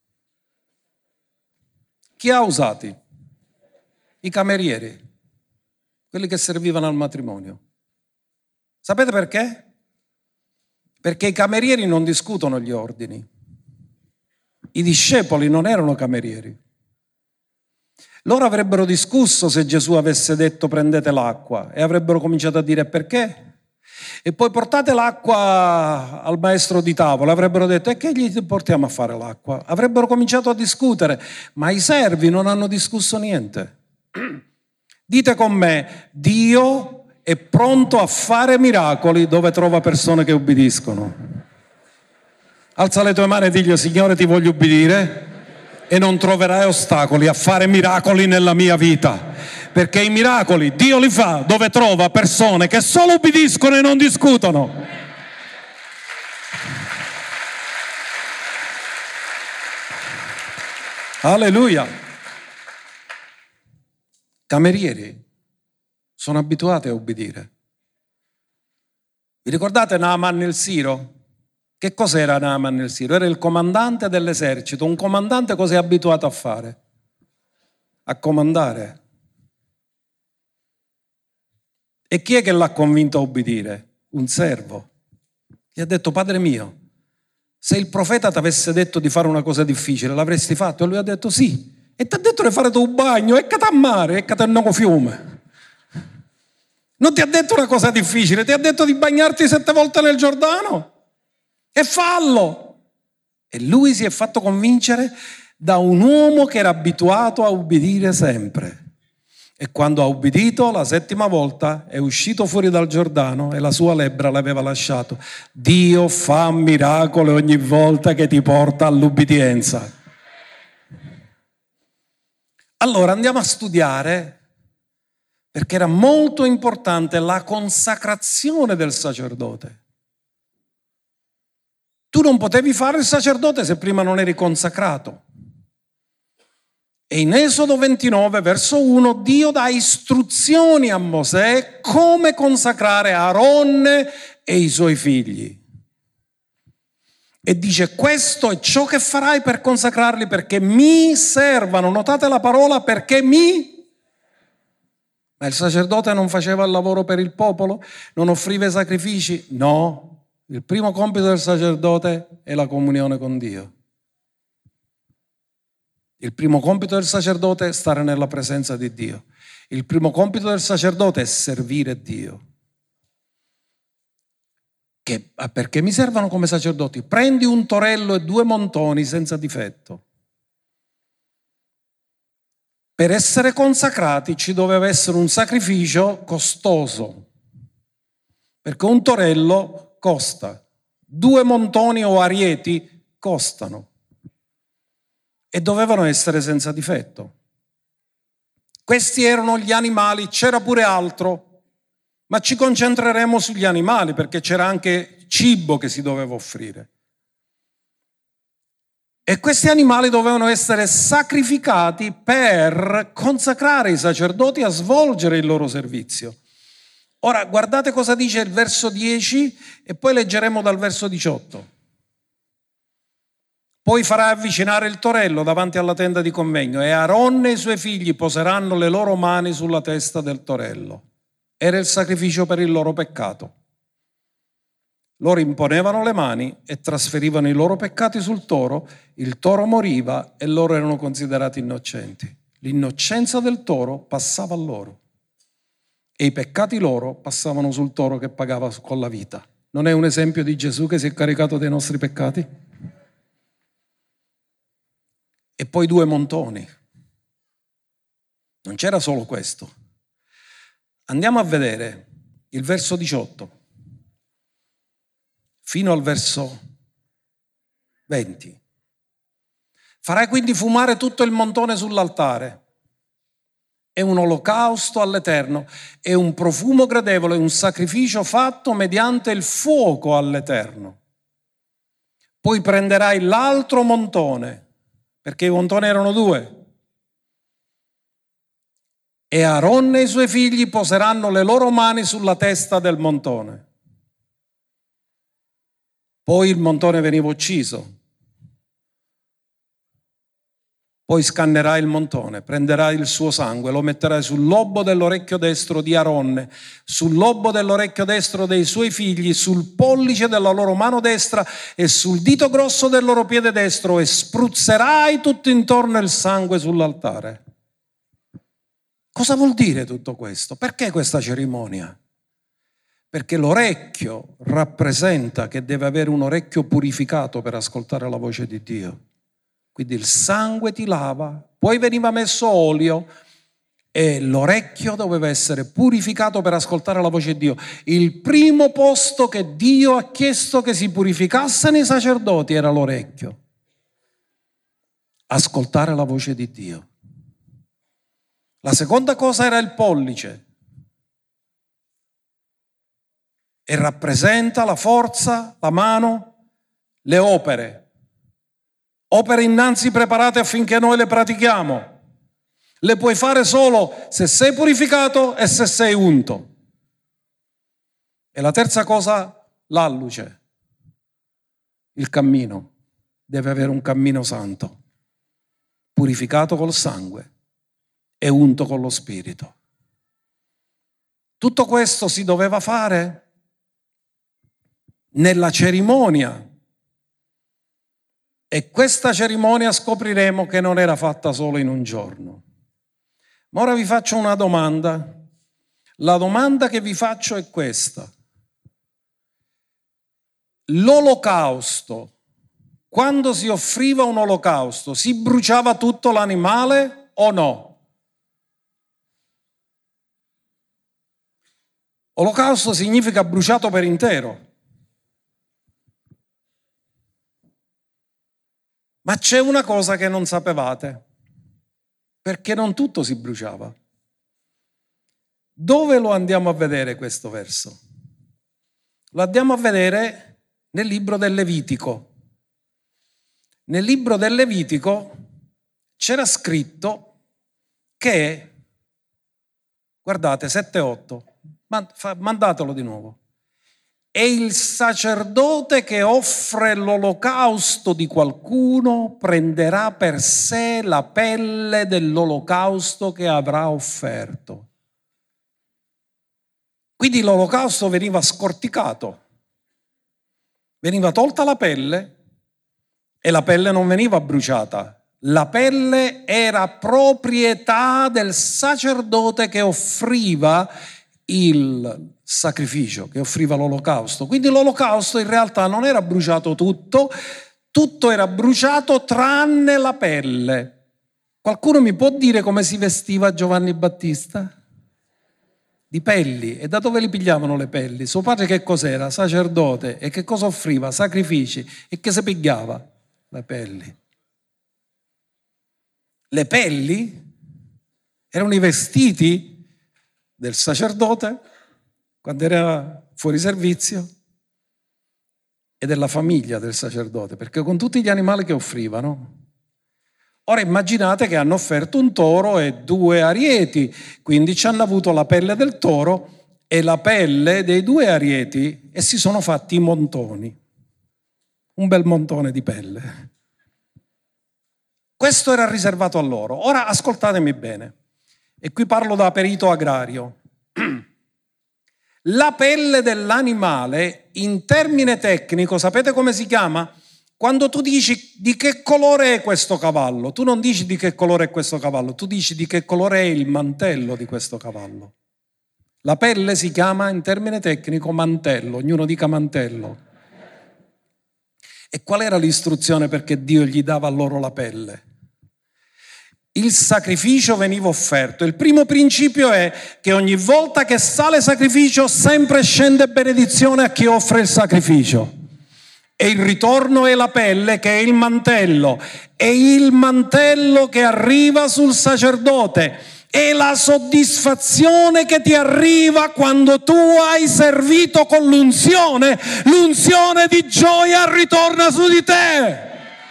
A: Chi ha usati? I camerieri, quelli che servivano al matrimonio. Sapete perché? Perché i camerieri non discutono gli ordini. I discepoli non erano camerieri. Loro avrebbero discusso se Gesù avesse detto prendete l'acqua e avrebbero cominciato a dire perché? E poi portate l'acqua al maestro di tavola, avrebbero detto e che gli portiamo a fare l'acqua? Avrebbero cominciato a discutere, ma i servi non hanno discusso niente. Dite con me, Dio è pronto a fare miracoli dove trova persone che ubbidiscono. Alza le tue mani e digli, Signore, ti voglio ubbidire e non troverai ostacoli a fare miracoli nella mia vita. Perché i miracoli Dio li fa dove trova persone che solo ubbidiscono e non discutono. Alleluia. Camerieri sono abituati a ubbidire. Vi ricordate Naaman il Siro? Che cos'era Naaman il Siro? Era il comandante dell'esercito. Un comandante cosa è abituato a fare? A comandare. E chi è che l'ha convinto a ubbidire? Un servo. Gli ha detto, padre mio, se il profeta ti avesse detto di fare una cosa difficile, l'avresti fatto? E lui ha detto sì. E ti ha detto di fare tu un bagno, e che a mare, e che a nuovo fiume. Non ti ha detto una cosa difficile, ti ha detto di bagnarti 7 volte nel Giordano. E fallo. E lui si è fatto convincere da un uomo che era abituato a ubbidire sempre. E quando ha ubbidito la 7ª volta è uscito fuori dal Giordano e la sua lebbra l'aveva lasciato. Dio fa miracoli ogni volta che ti porta all'ubbidienza. Allora andiamo a studiare, perché era molto importante la consacrazione del sacerdote. Tu non potevi fare il sacerdote se prima non eri consacrato. E in Esodo 29, verso 1, Dio dà istruzioni a Mosè come consacrare Aaronne e i suoi figli. E dice, questo è ciò che farai per consacrarli perché mi servano. Notate la parola perché mi... Ma il sacerdote non faceva il lavoro per il popolo? Non offriva i sacrifici? No, il primo compito del sacerdote è la comunione con Dio. Il primo compito del sacerdote è stare nella presenza di Dio. Il primo compito del sacerdote è servire Dio. Perché mi servono come sacerdoti? Prendi un torello e 2 montoni senza difetto. Per essere consacrati ci doveva essere un sacrificio costoso, perché un torello costa, 2 montoni o arieti costano e dovevano essere senza difetto. Questi erano gli animali, c'era pure altro, ma ci concentreremo sugli animali perché c'era anche cibo che si doveva offrire. E questi animali dovevano essere sacrificati per consacrare i sacerdoti a svolgere il loro servizio. Ora guardate cosa dice il verso 10 e poi leggeremo dal verso 18. Poi farai avvicinare il torello davanti alla tenda di convegno e Aaronne e i suoi figli poseranno le loro mani sulla testa del torello. Era il sacrificio per il loro peccato. Loro imponevano le mani e trasferivano i loro peccati sul toro, il toro moriva e loro erano considerati innocenti. L'innocenza del toro passava a loro e i peccati loro passavano sul toro che pagava con la vita. Non è un esempio di Gesù che si è caricato dei nostri peccati? E poi 2 montoni. Non c'era solo questo. Andiamo a vedere il verso 18 fino al verso 20. Farai quindi fumare tutto il montone sull'altare. È un olocausto all'Eterno, è un profumo gradevole, un sacrificio fatto mediante il fuoco all'Eterno. Poi prenderai l'altro montone, perché i montoni erano 2. E Aaronne e i suoi figli poseranno le loro mani sulla testa del montone. Poi il montone veniva ucciso. Poi scannerai il montone, prenderai il suo sangue, lo metterai sul lobo dell'orecchio destro di Aaronne, sul lobo dell'orecchio destro dei suoi figli, sul pollice della loro mano destra e sul dito grosso del loro piede destro e spruzzerai tutto intorno il sangue sull'altare. Cosa vuol dire tutto questo? Perché questa cerimonia? Perché l'orecchio rappresenta che deve avere un orecchio purificato per ascoltare la voce di Dio. Quindi il sangue ti lava, poi veniva messo olio e l'orecchio doveva essere purificato per ascoltare la voce di Dio. Il primo posto che Dio ha chiesto che si purificassero i sacerdoti era l'orecchio. Ascoltare la voce di Dio. La seconda cosa era il pollice. E rappresenta la forza, la mano, le opere. Opere innanzi preparate affinché noi le pratichiamo. Le puoi fare solo se sei purificato e se sei unto. E la terza cosa, l'alluce. Il cammino. Deve avere un cammino santo, purificato col sangue e unto con lo Spirito. Tutto questo si doveva fare nella cerimonia. E questa cerimonia scopriremo che non era fatta solo in un giorno. Ma ora vi faccio una domanda. La domanda che vi faccio è questa. L'olocausto, quando si offriva un olocausto, si bruciava tutto l'animale o no? Olocausto significa bruciato per intero. Ma c'è una cosa che non sapevate, perché non tutto si bruciava. Dove lo andiamo a vedere questo verso? Lo andiamo a vedere nel libro del Levitico. Nel libro del Levitico c'era scritto che, guardate, 7-8, mandatelo di nuovo. E il sacerdote che offre l'olocausto di qualcuno prenderà per sé la pelle dell'olocausto che avrà offerto. Quindi l'olocausto veniva scorticato, veniva tolta la pelle e la pelle non veniva bruciata. La pelle era proprietà del sacerdote che offriva il sacrificio, che offriva l'olocausto. Quindi l'olocausto in realtà non era bruciato tutto era bruciato tranne la pelle. Qualcuno mi può dire come si vestiva Giovanni Battista? Di pelli. E da dove li pigliavano le pelli? Suo padre che cos'era? Sacerdote. E che cosa offriva? Sacrifici. E che si pigliava? Le pelli. Le pelli erano i vestiti del sacerdote quando era fuori servizio e della famiglia del sacerdote, perché con tutti gli animali che offrivano. Ora immaginate che hanno offerto un toro e 2 arieti, quindi ci hanno avuto la pelle del toro e la pelle dei 2 arieti e si sono fatti i montoni, un bel montone di pelle. Questo era riservato a loro. Ora ascoltatemi bene, e qui parlo da perito agrario. La pelle dell'animale, in termine tecnico, sapete come si chiama? Quando tu dici di che colore è questo cavallo, tu non dici di che colore è questo cavallo, tu dici di che colore è il mantello di questo cavallo. La pelle si chiama in termine tecnico mantello, ognuno dica mantello. E qual era l'istruzione perché Dio gli dava loro la pelle? Il sacrificio veniva offerto. Il primo principio è che ogni volta che sale sacrificio sempre scende benedizione a chi offre il sacrificio. E il ritorno è la pelle, che è il mantello. È il mantello che arriva sul sacerdote. È la soddisfazione che ti arriva quando tu hai servito con l'unzione. L'unzione di gioia ritorna su di te.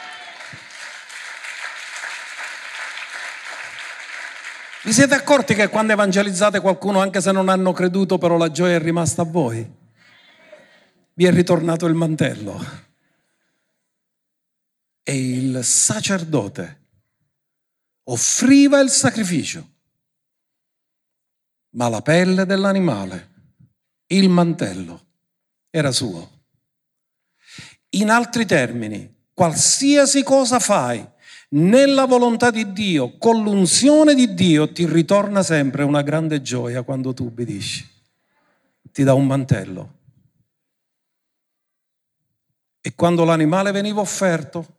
A: Vi siete accorti che quando evangelizzate qualcuno, anche se non hanno creduto, però la gioia è rimasta a voi? Vi è ritornato il mantello. E il sacerdote offriva il sacrificio, ma la pelle dell'animale, il mantello, era suo. In altri termini, qualsiasi cosa fai nella volontà di Dio, con l'unzione di Dio, ti ritorna sempre una grande gioia quando tu ubbidisci. Ti dà un mantello. E quando l'animale veniva offerto,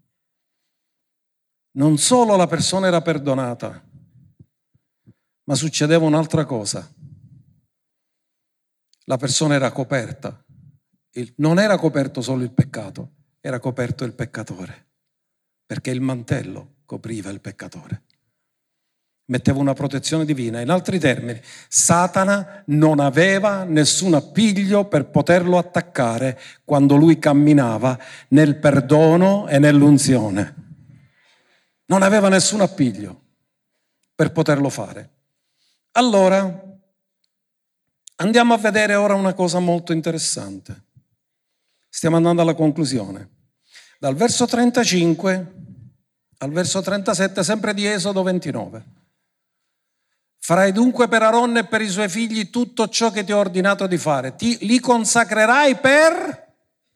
A: non solo la persona era perdonata, ma succedeva un'altra cosa. La persona era coperta. Non era coperto solo il peccato, era coperto il peccatore, perché il mantello copriva il peccatore. Metteva una protezione divina. In altri termini, Satana non aveva nessun appiglio per poterlo attaccare quando lui camminava nel perdono e nell'unzione. Non aveva nessun appiglio per poterlo fare. Allora, andiamo a vedere ora una cosa molto interessante. Stiamo andando alla conclusione. Dal verso 35 al verso 37, sempre di Esodo 29. Farai dunque per Aaronne e per i suoi figli tutto ciò che ti ho ordinato di fare. Li consacrerai per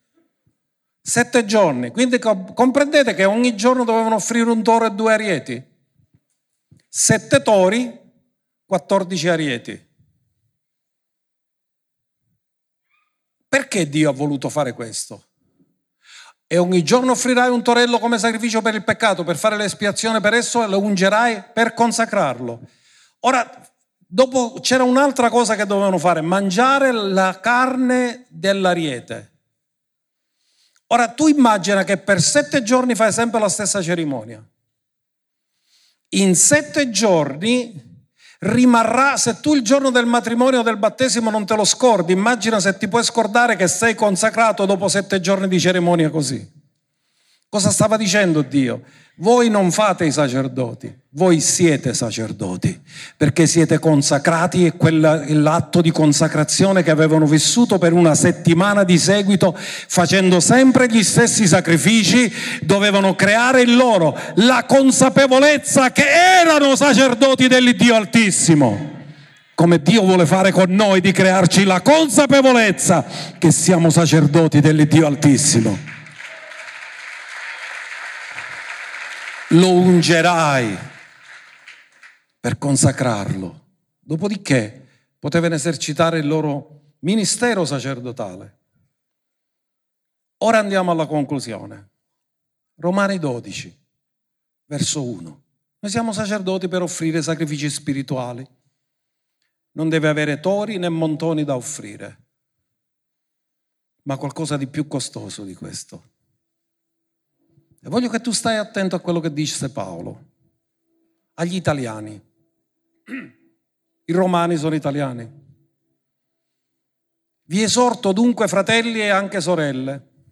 A: 7 giorni. Quindi comprendete che ogni giorno dovevano offrire un toro e 2 arieti. 7 tori, 14 arieti. Perché Dio ha voluto fare questo? E ogni giorno offrirai un torello come sacrificio per il peccato, per fare l'espiazione per esso, e lo ungerai per consacrarlo. Ora, dopo c'era un'altra cosa che dovevano fare: mangiare la carne dell'ariete. Ora, tu immagina che per 7 giorni fai sempre la stessa cerimonia. In 7 giorni rimarrà, se tu il giorno del matrimonio o del battesimo non te lo scordi, immagina se ti puoi scordare che sei consacrato dopo 7 giorni di cerimonia così. Cosa stava dicendo Dio? Voi non fate i sacerdoti, voi siete sacerdoti, perché siete consacrati, e l'atto di consacrazione che avevano vissuto per una settimana di seguito, facendo sempre gli stessi sacrifici, dovevano creare in loro la consapevolezza che erano sacerdoti dell'Iddio Altissimo. Come Dio vuole fare con noi, di crearci la consapevolezza che siamo sacerdoti dell'Iddio Altissimo. Lo ungerai per consacrarlo. Dopodiché potevano esercitare il loro ministero sacerdotale. Ora andiamo alla conclusione. Romani 12, verso 1. Noi siamo sacerdoti per offrire sacrifici spirituali. Non deve avere tori né montoni da offrire, ma qualcosa di più costoso di questo. E voglio che tu stai attento a quello che dice Paolo agli italiani. I romani sono italiani. Vi esorto dunque, fratelli e anche sorelle,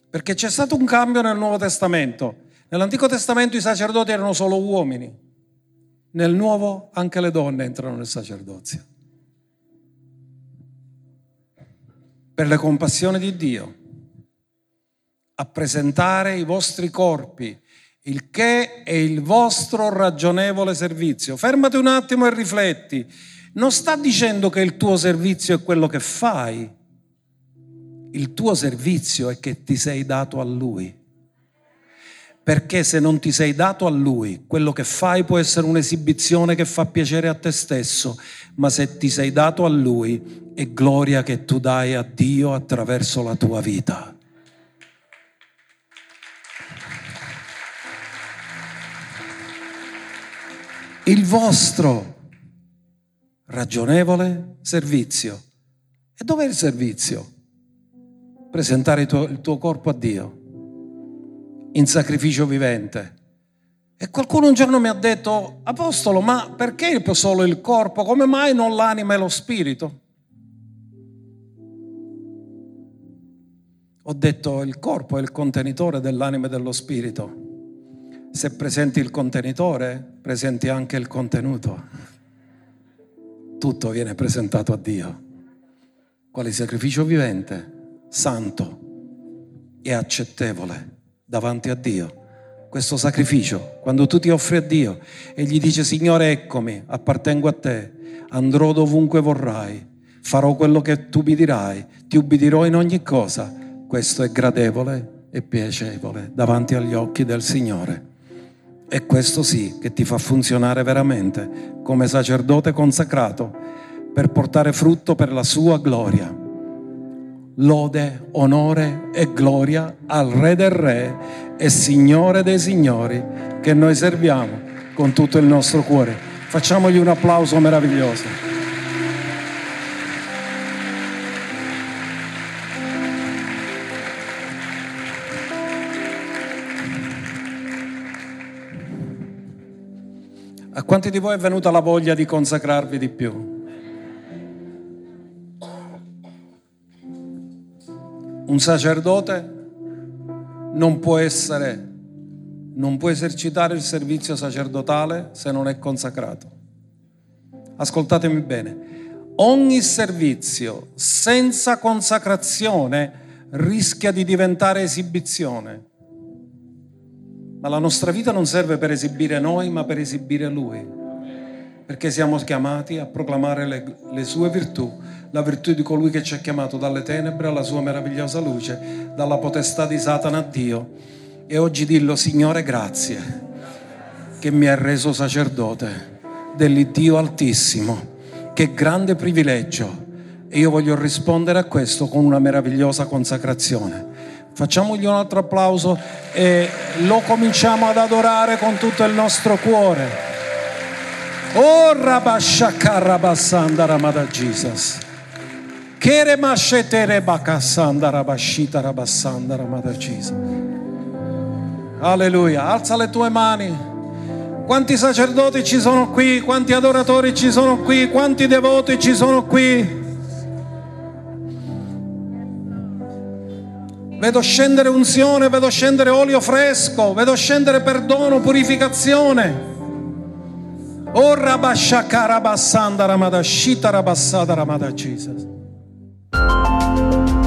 A: Perché c'è stato un cambio nel Nuovo Testamento. Nell'Antico Testamento i sacerdoti erano solo uomini. Nel Nuovo anche le donne entrano nel sacerdozio. Per le compassioni di Dio, a presentare i vostri corpi, il che è il vostro ragionevole servizio. Fermati un attimo e rifletti. Non sta dicendo che il tuo servizio è quello che fai. Il tuo servizio è che ti sei dato a Lui. Perché se non ti sei dato a Lui, quello che fai può essere un'esibizione che fa piacere a te stesso, ma se ti sei dato a Lui è gloria che tu dai a Dio attraverso la tua vita. Il vostro ragionevole servizio. E dov'è il servizio? Presentare il tuo corpo a Dio in sacrificio vivente. E qualcuno un giorno mi ha detto: Apostolo, ma perché solo il corpo? Come mai non l'anima e lo spirito? Ho detto: il corpo è il contenitore dell'anima e dello spirito. Se presenti il contenitore, presenti anche il contenuto. Tutto viene presentato a Dio. Quale sacrificio vivente, santo e accettevole davanti a Dio. Questo sacrificio, quando tu ti offri a Dio e gli dici: Signore, eccomi, appartengo a te, andrò dovunque vorrai, farò quello che tu mi dirai, ti ubbidirò in ogni cosa. Questo è gradevole e piacevole davanti agli occhi del Signore. E questo sì che ti fa funzionare veramente come sacerdote consacrato per portare frutto per la sua gloria. Lode, onore e gloria al Re del Re e Signore dei Signori, che noi serviamo con tutto il nostro cuore. Facciamogli un applauso meraviglioso. A quanti di voi è venuta la voglia di consacrarvi di più? Un sacerdote non può esercitare il servizio sacerdotale se non è consacrato. Ascoltatemi bene. Ogni servizio senza consacrazione rischia di diventare esibizione. Ma la nostra vita non serve per esibire noi, ma per esibire Lui. Perché siamo chiamati a proclamare le sue virtù, la virtù di colui che ci ha chiamato dalle tenebre alla sua meravigliosa luce, dalla potestà di Satana a Dio. E oggi dillo: Signore, grazie che mi hai reso sacerdote dell'Iddio Altissimo. Che grande privilegio. E io voglio rispondere a questo con una meravigliosa consacrazione. Facciamogli un altro applauso e lo cominciamo ad adorare con tutto il nostro cuore. Oh Rabashakarabassanda Ramada Jesus. Kere Mashetere Bakassanda Rabashita Rabassanda Ramada Jesus. Alleluia. Alza le tue mani. Quanti sacerdoti ci sono qui? Quanti adoratori ci sono qui? Quanti devoti ci sono qui? Vedo scendere unzione, vedo scendere olio fresco, vedo scendere perdono, purificazione. Oh Rabashakarabassanda Ramada Shita Rabassada Ramada Jesus.